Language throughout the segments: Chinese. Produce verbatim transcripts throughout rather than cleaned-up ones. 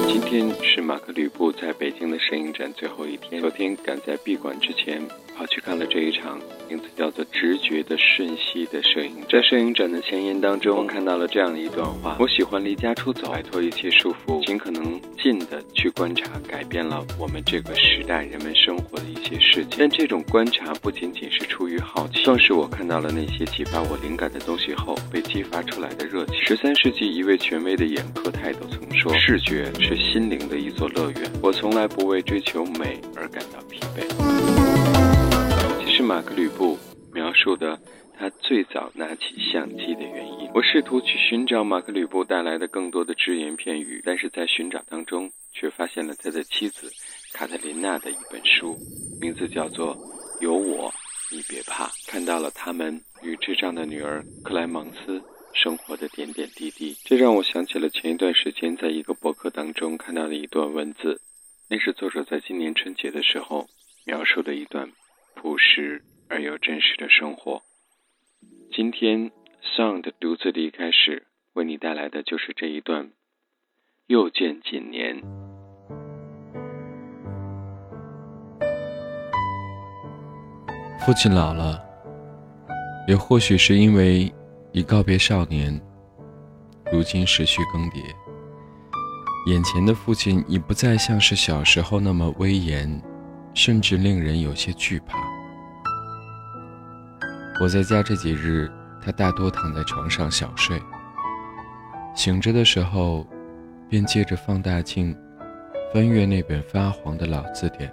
今天是马克吕布在北京的摄影展最后一天，昨天赶在闭馆之前跑去看了这一场名字叫做直觉的瞬息的摄影展。在摄影展的前言当中，我看到了这样的一段话：我喜欢离家出走，摆脱一切束缚，尽可能近的去观察改变了我们这个时代人们生活的一些事情。但这种观察不仅仅是出于好奇，更是我看到了那些启发我灵感的东西后被激发出来的热情。十三世纪一位权威的眼科泰斗曾说，视觉是心灵的一座乐园。我从来不为追求美而感到疲惫。其实马克吕布描述的他最早拿起相机的原因，我试图去寻找马克吕布带来的更多的只言片语，但是在寻找当中却发现了他的妻子卡特琳娜的一本书，名字叫做《有我你别怕》，看到了他们与智障的女儿克莱芒斯生活的点点滴滴。这让我想起了前一段时间在一个博客当中看到的一段文字，那是作者在今年春节的时候描述的一段朴实而又真实的生活。今天 Sound 独自离开时为你带来的就是这一段又见几年。 父亲老了，也或许是因为已告别少年，如今时序更迭，眼前的父亲已不再像是小时候那么威严，甚至令人有些惧怕。我在家这几日，他大多躺在床上小睡，醒着的时候便借着放大镜翻阅那本发黄的老字典，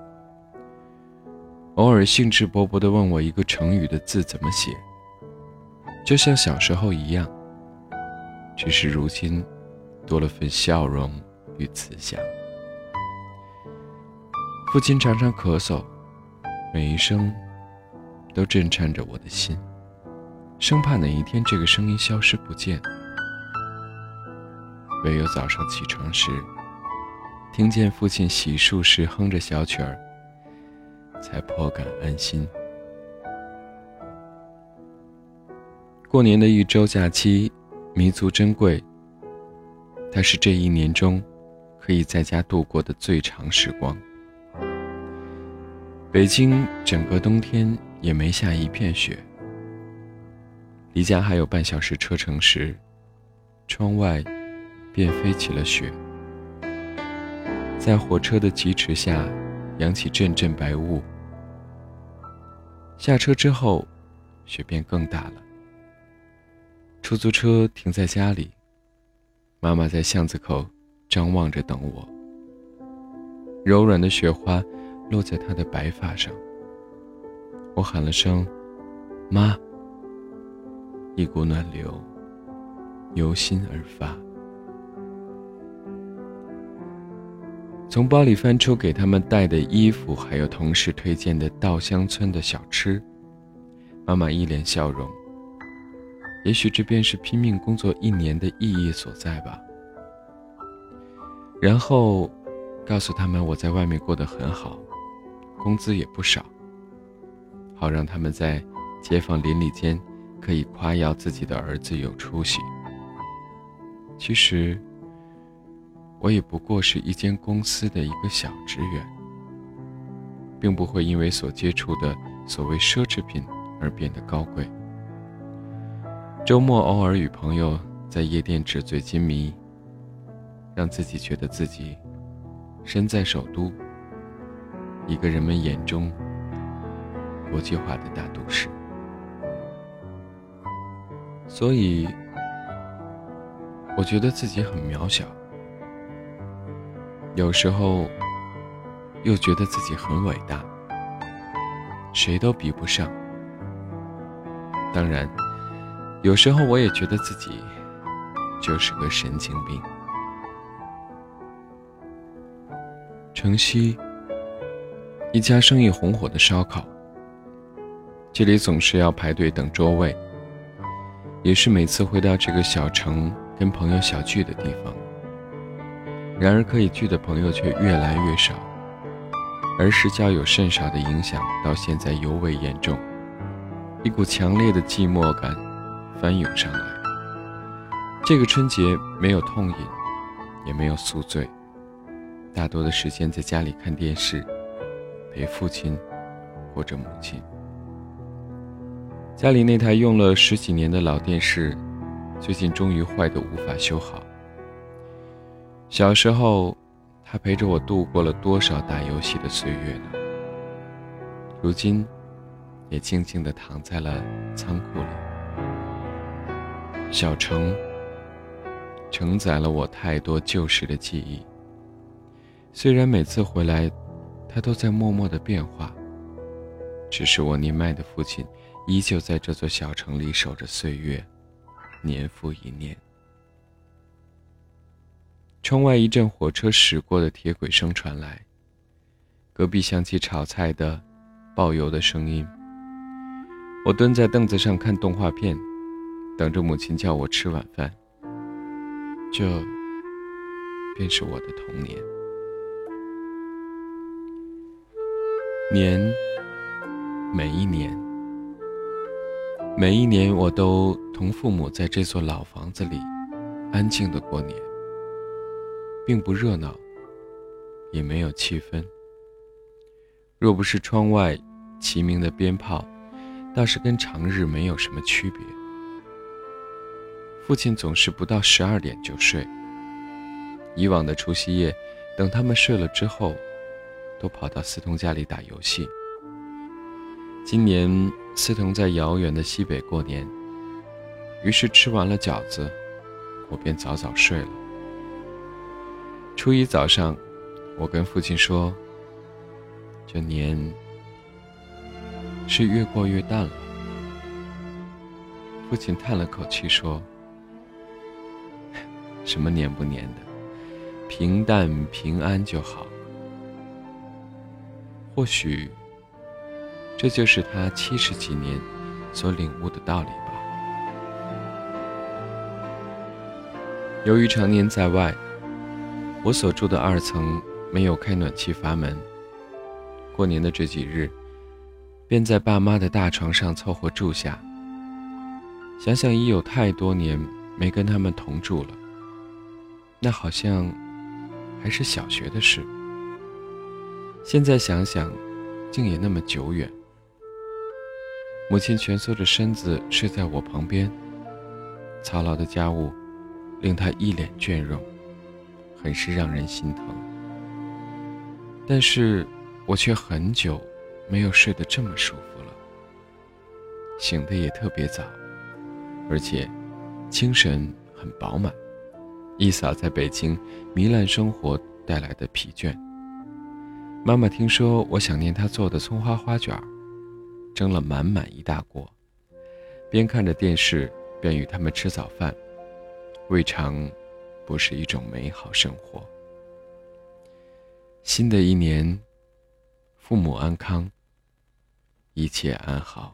偶尔兴致勃勃地问我一个成语的字怎么写，就像小时候一样，只是如今多了份笑容与慈祥。父亲常常咳嗽，每一声都震颤着我的心，生怕哪一天这个声音消失不见。唯有早上起床时，听见父亲洗漱时哼着小曲儿，才颇感安心。过年的一周假期弥足珍贵，它是这一年中可以在家度过的最长时光。北京整个冬天也没下一片雪，离家还有半小时车程时，窗外便飞起了雪，在火车的疾驰下扬起阵阵白雾。下车之后，雪便更大了。出租车停在家里，妈妈在巷子口张望着等我。柔软的雪花落在她的白发上，我喊了声妈，一股暖流由心而发。从包里翻出给他们带的衣服，还有同事推荐的稻香村的小吃，妈妈一脸笑容，也许这便是拼命工作一年的意义所在吧。然后告诉他们我在外面过得很好，工资也不少，好让他们在街坊邻里间可以夸耀自己的儿子有出息。其实我也不过是一间公司的一个小职员，并不会因为所接触的所谓奢侈品而变得高贵。周末偶尔与朋友在夜店纸醉金迷，让自己觉得自己身在首都，一个人们眼中国际化的大都市。所以我觉得自己很渺小，有时候又觉得自己很伟大，谁都比不上。当然有时候我也觉得自己就是个神经病。城西一家生意红火的烧烤，这里总是要排队等桌位，也是每次回到这个小城跟朋友小聚的地方。然而可以聚的朋友却越来越少，儿时交友甚少的影响到现在尤为严重，一股强烈的寂寞感翻涌上来。这个春节没有痛饮，也没有宿醉， 大多的时间在家里看电视，陪父亲或者母亲。家里那台用了十几年的老电视，最近终于坏得无法修好。小时候，他陪着我度过了多少打游戏的岁月呢？如今，也静静地躺在了仓库里。小城承载了我太多旧时的记忆，虽然每次回来，它都在默默地变化，只是我年迈的父亲依旧在这座小城里守着岁月，年复一年。窗外一阵火车驶过的铁轨声传来，隔壁响起炒菜的爆油的声音。我蹲在凳子上看动画片，等着母亲叫我吃晚饭。这便是我的童年。年，每一年每一年我都同父母在这座老房子里安静地过年，并不热闹，也没有气氛。若不是窗外齐鸣的鞭炮，倒是跟常日没有什么区别。父亲总是不到十二点就睡，以往的除夕夜，等他们睡了之后，都跑到思彤家里打游戏。今年思彤在遥远的西北过年，于是吃完了饺子，我便早早睡了。初一早上，我跟父亲说，这年是越过越淡了。父亲叹了口气说，什么年不年的，平淡平安就好。或许这就是他七十几年所领悟的道理吧。由于常年在外，我所住的二层没有开暖气阀门，过年的这几日便在爸妈的大床上凑合住下。想想已有太多年没跟他们同住了，那好像还是小学的事。现在想想，竟也那么久远。母亲蜷缩着身子睡在我旁边，操劳的家务令她一脸倦容，很是让人心疼。但是我却很久没有睡得这么舒服了，醒得也特别早，而且精神很饱满，一扫在北京糜烂生活带来的疲倦。妈妈听说我想念她做的葱花花卷，蒸了满满一大锅，边看着电视边与他们吃早饭，未尝不是一种美好生活。新的一年，父母安康，一切安好。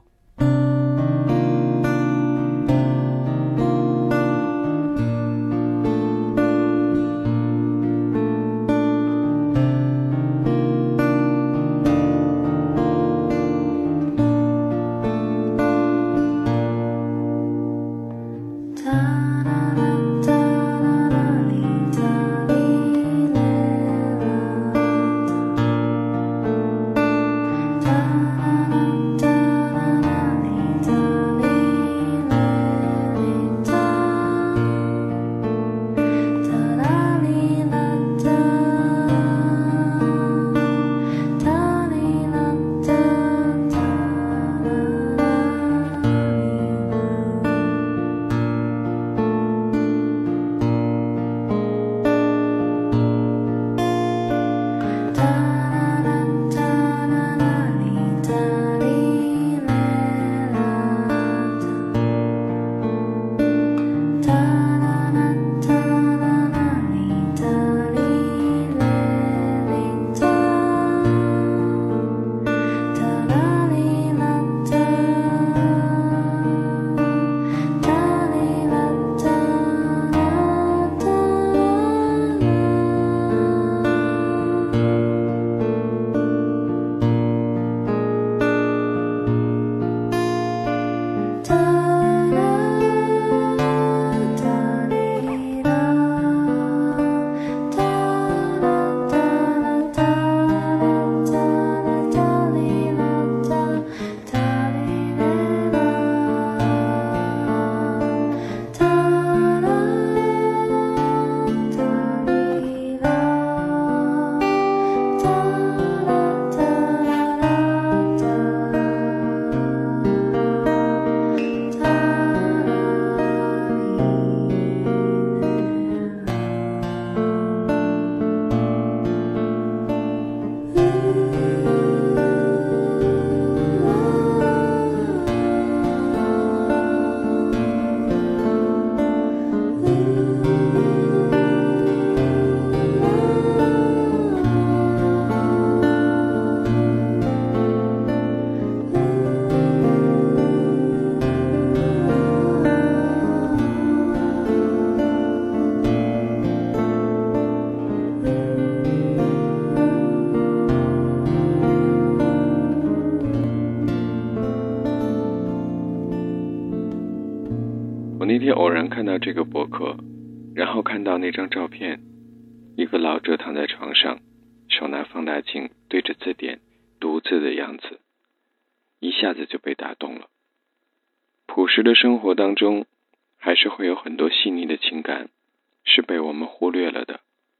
天偶然看到这个博客，然后看到那张照片，一个老者躺在床上，手拿放大镜对着字典读字的样子，一下子就被打动了。朴实的生活当中，还是会有很多细腻的情感是被我们忽略了的。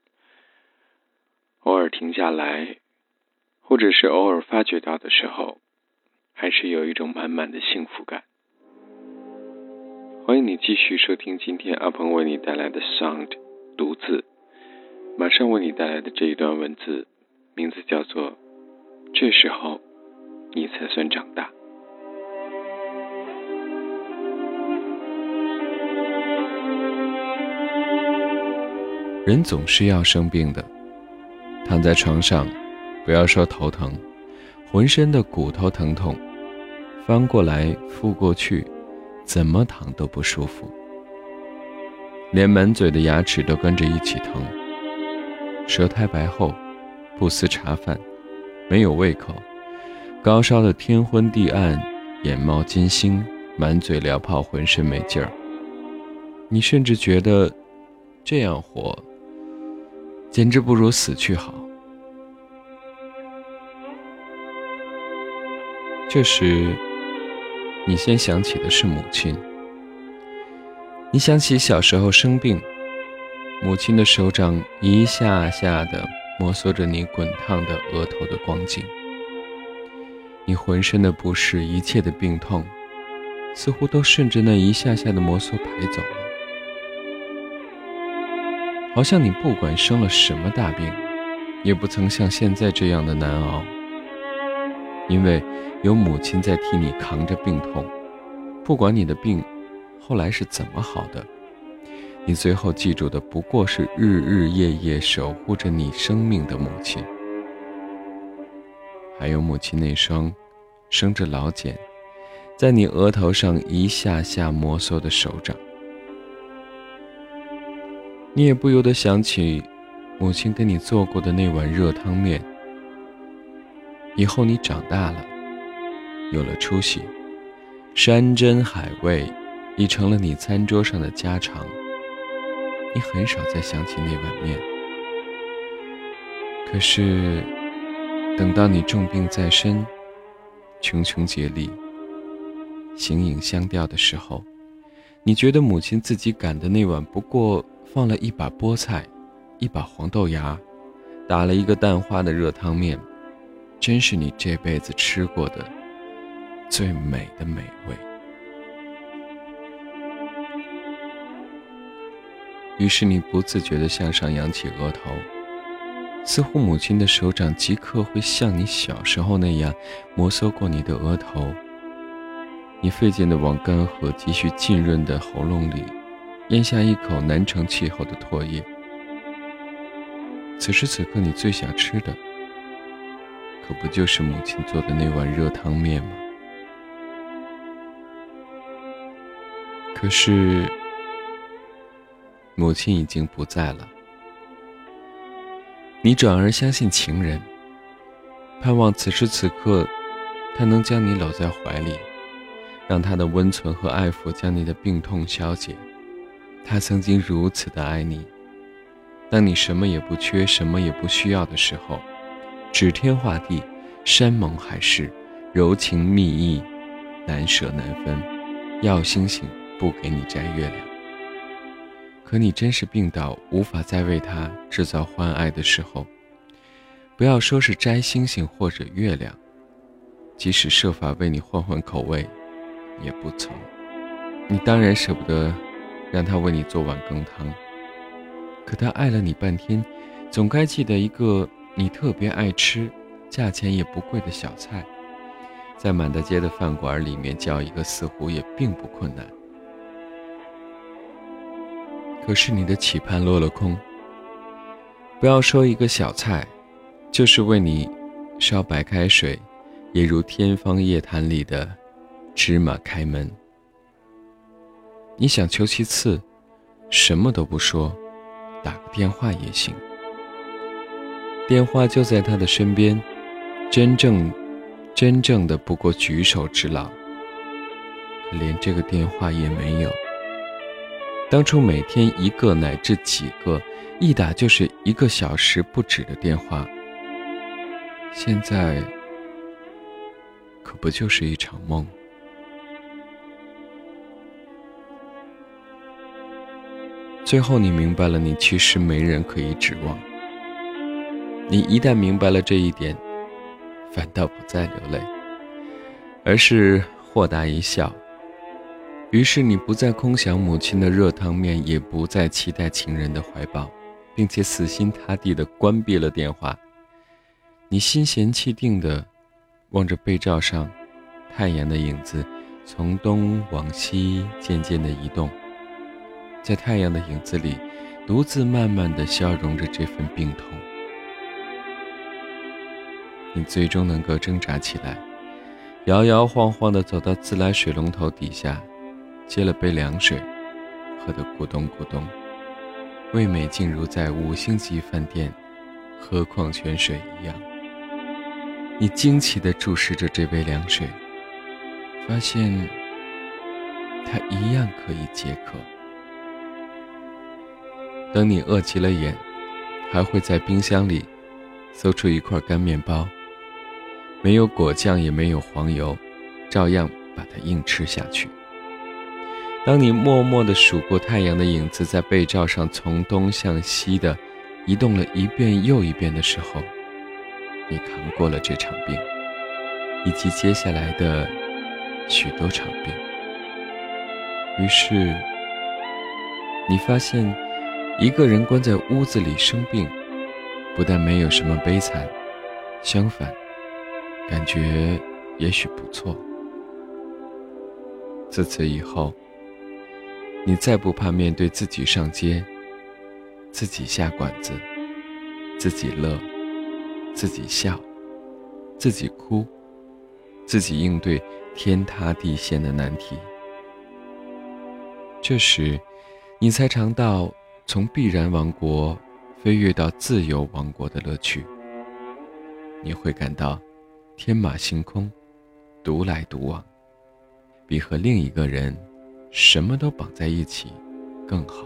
偶尔停下来，或者是偶尔发觉到的时候，还是有一种满满的幸福感。欢迎你继续收听今天阿鹏为你带来的 Sound 读字，马上为你带来的这一段文字，名字叫做这时候你才算长大。 人总是要生病的，躺在床上，不要说头疼，浑身的骨头疼痛，翻过来覆过去，怎么躺都不舒服，连满嘴的牙齿都跟着一起疼，舌苔白厚，不思茶饭，没有胃口，高烧的天昏地暗，眼冒金星，满嘴燎泡，浑身没劲儿。你甚至觉得这样活简直不如死去好。这时你先想起的是母亲，你想起小时候生病，母亲的手掌一下下地摩挲着你滚烫的额头的光景，你浑身的不适，一切的病痛似乎都顺着那一下下的摩挲排走了，好像你不管生了什么大病，也不曾像现在这样的难熬，因为有母亲在替你扛着病痛，不管你的病后来是怎么好的，你最后记住的不过是日日夜夜守护着你生命的母亲，还有母亲那双生着老茧，在你额头上一下下摩挲的手掌。你也不由得想起母亲给你做过的那碗热汤面。以后你长大了，有了出息，山珍海味已成了你餐桌上的家常，你很少再想起那碗面。可是等到你重病在身，穷穷竭力，形影相吊的时候，你觉得母亲自己擀的那碗不过放了一把菠菜，一把黄豆芽，打了一个蛋花的热汤面，真是你这辈子吃过的最美的美味。于是你不自觉地向上扬起额头，似乎母亲的手掌即刻会像你小时候那样摩挲过你的额头。你费劲地往干涸急需浸润的喉咙里咽下一口难成气候的唾液。此时此刻你最想吃的可不就是母亲做的那碗热汤面吗？可是母亲已经不在了，你转而相信情人，盼望此时此刻他能将你搂在怀里，让他的温存和爱抚将你的病痛消解。他曾经如此的爱你，当你什么也不缺，什么也不需要的时候，指天画地，山盟海誓，柔情蜜意，难舍难分，要星星不给你摘月亮。可你真是病到无法再为他制造欢爱的时候，不要说是摘星星或者月亮，即使设法为你换换口味也不曾。你当然舍不得让他为你做碗羹汤，可他爱了你半天，总该记得一个你特别爱吃，价钱也不贵的小菜，在满大街的饭馆里面叫一个似乎也并不困难。可是你的期盼落了空，不要说一个小菜，就是为你烧白开水，也如天方夜谭里的芝麻开门。你想求其次，什么都不说，打个电话也行。电话就在他的身边，真正真正的不过举手之劳，连这个电话也没有。 当初每天一个乃至几个，一打就是一个小时不止的电话，现在可不就是一场梦。最后你明白了，你其实没人可以指望。你一旦明白了这一点，反倒不再流泪，而是豁达一笑。于是你不再空想母亲的热汤面，也不再期待情人的怀抱，并且死心塌地地关闭了电话。你心闲气定地望着背照上太阳的影子从东往西渐渐地移动，在太阳的影子里独自慢慢地消融着这份病痛。你最终能够挣扎起来，摇摇晃晃地走到自来水龙头底下，接了杯凉水，喝得咕咚咕咚，味美竟如在五星级饭店喝矿泉水一样。你惊奇地注视着这杯凉水，发现它一样可以解渴。等你饿极了眼，还会在冰箱里搜出一块干面包，没有果酱也没有黄油，照样把它硬吃下去。当你默默地数过太阳的影子在背照上从东向西的移动了一遍又一遍的时候，你扛过了这场病，以及接下来的许多场病。于是你发现，一个人关在屋子里生病，不但没有什么悲惨，相反，感觉也许不错。自此以后，你再不怕面对自己上街，自己下馆子，自己乐，自己笑，自己哭，自己应对天塌地陷的难题。这时，你才尝到从必然王国飞跃到自由王国的乐趣。你会感到天马行空，独来独往，比和另一个人什么都绑在一起更好。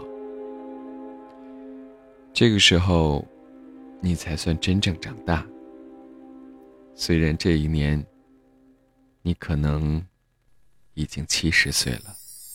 这个时候，你才算真正长大。虽然这一年，你可能已经七十岁了。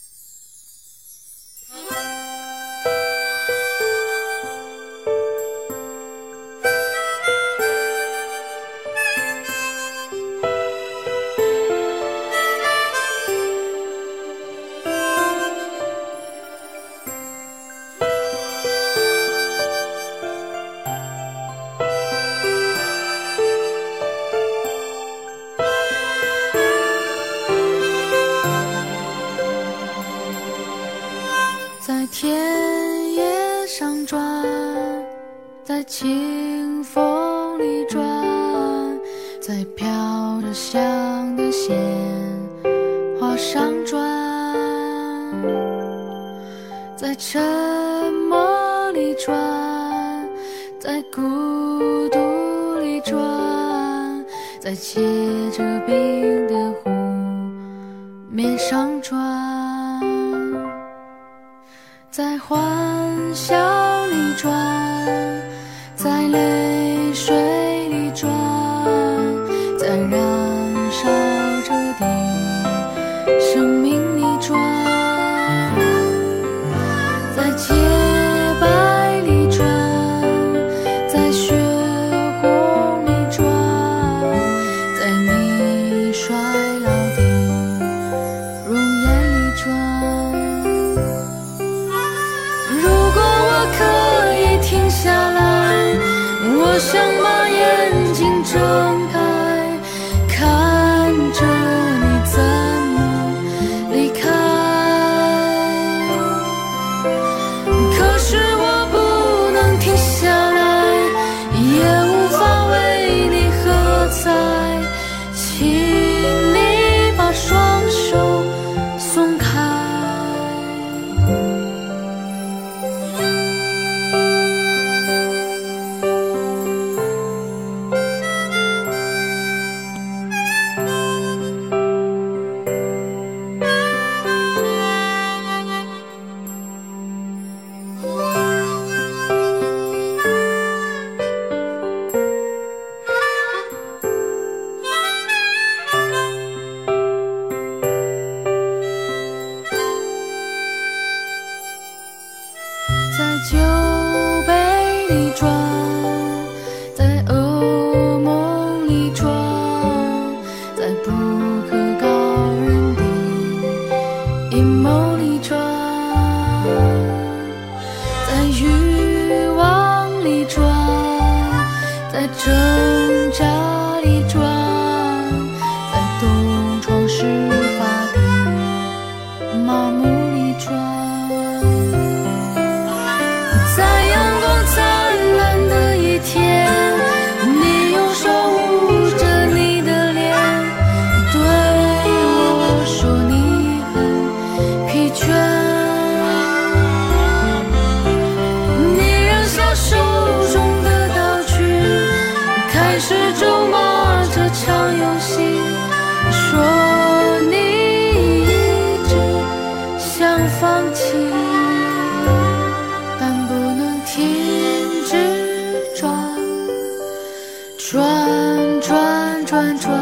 在田野上转，在清风里转，在飘着香的鲜花上转，在沉默里转，在孤独里转，在结着冰的湖面上转，在欢笑里转，在泪水里转，在燃烧着的生命里转，在洁白里转，在血红里转，在你衰老的容颜里转。如果我可在挣扎里转，在东窗事发的麻木里转，在阳光灿烂的一天，你用手捂着你的脸，对我说你很疲倦，你扔下手中的道具，开始咒骂这场游戏，说你一直想放弃，但不能停止转，转转转转，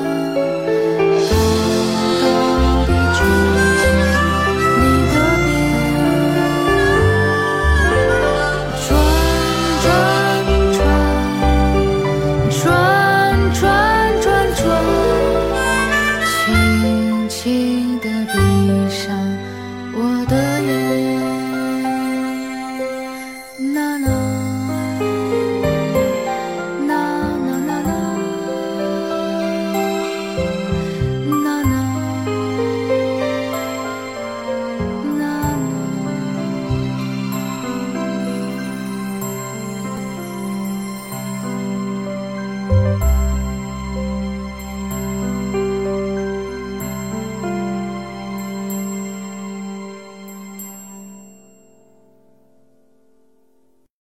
高高地举起你的鞭，转转转，转转转转，轻轻地闭上我的眼，啦啦。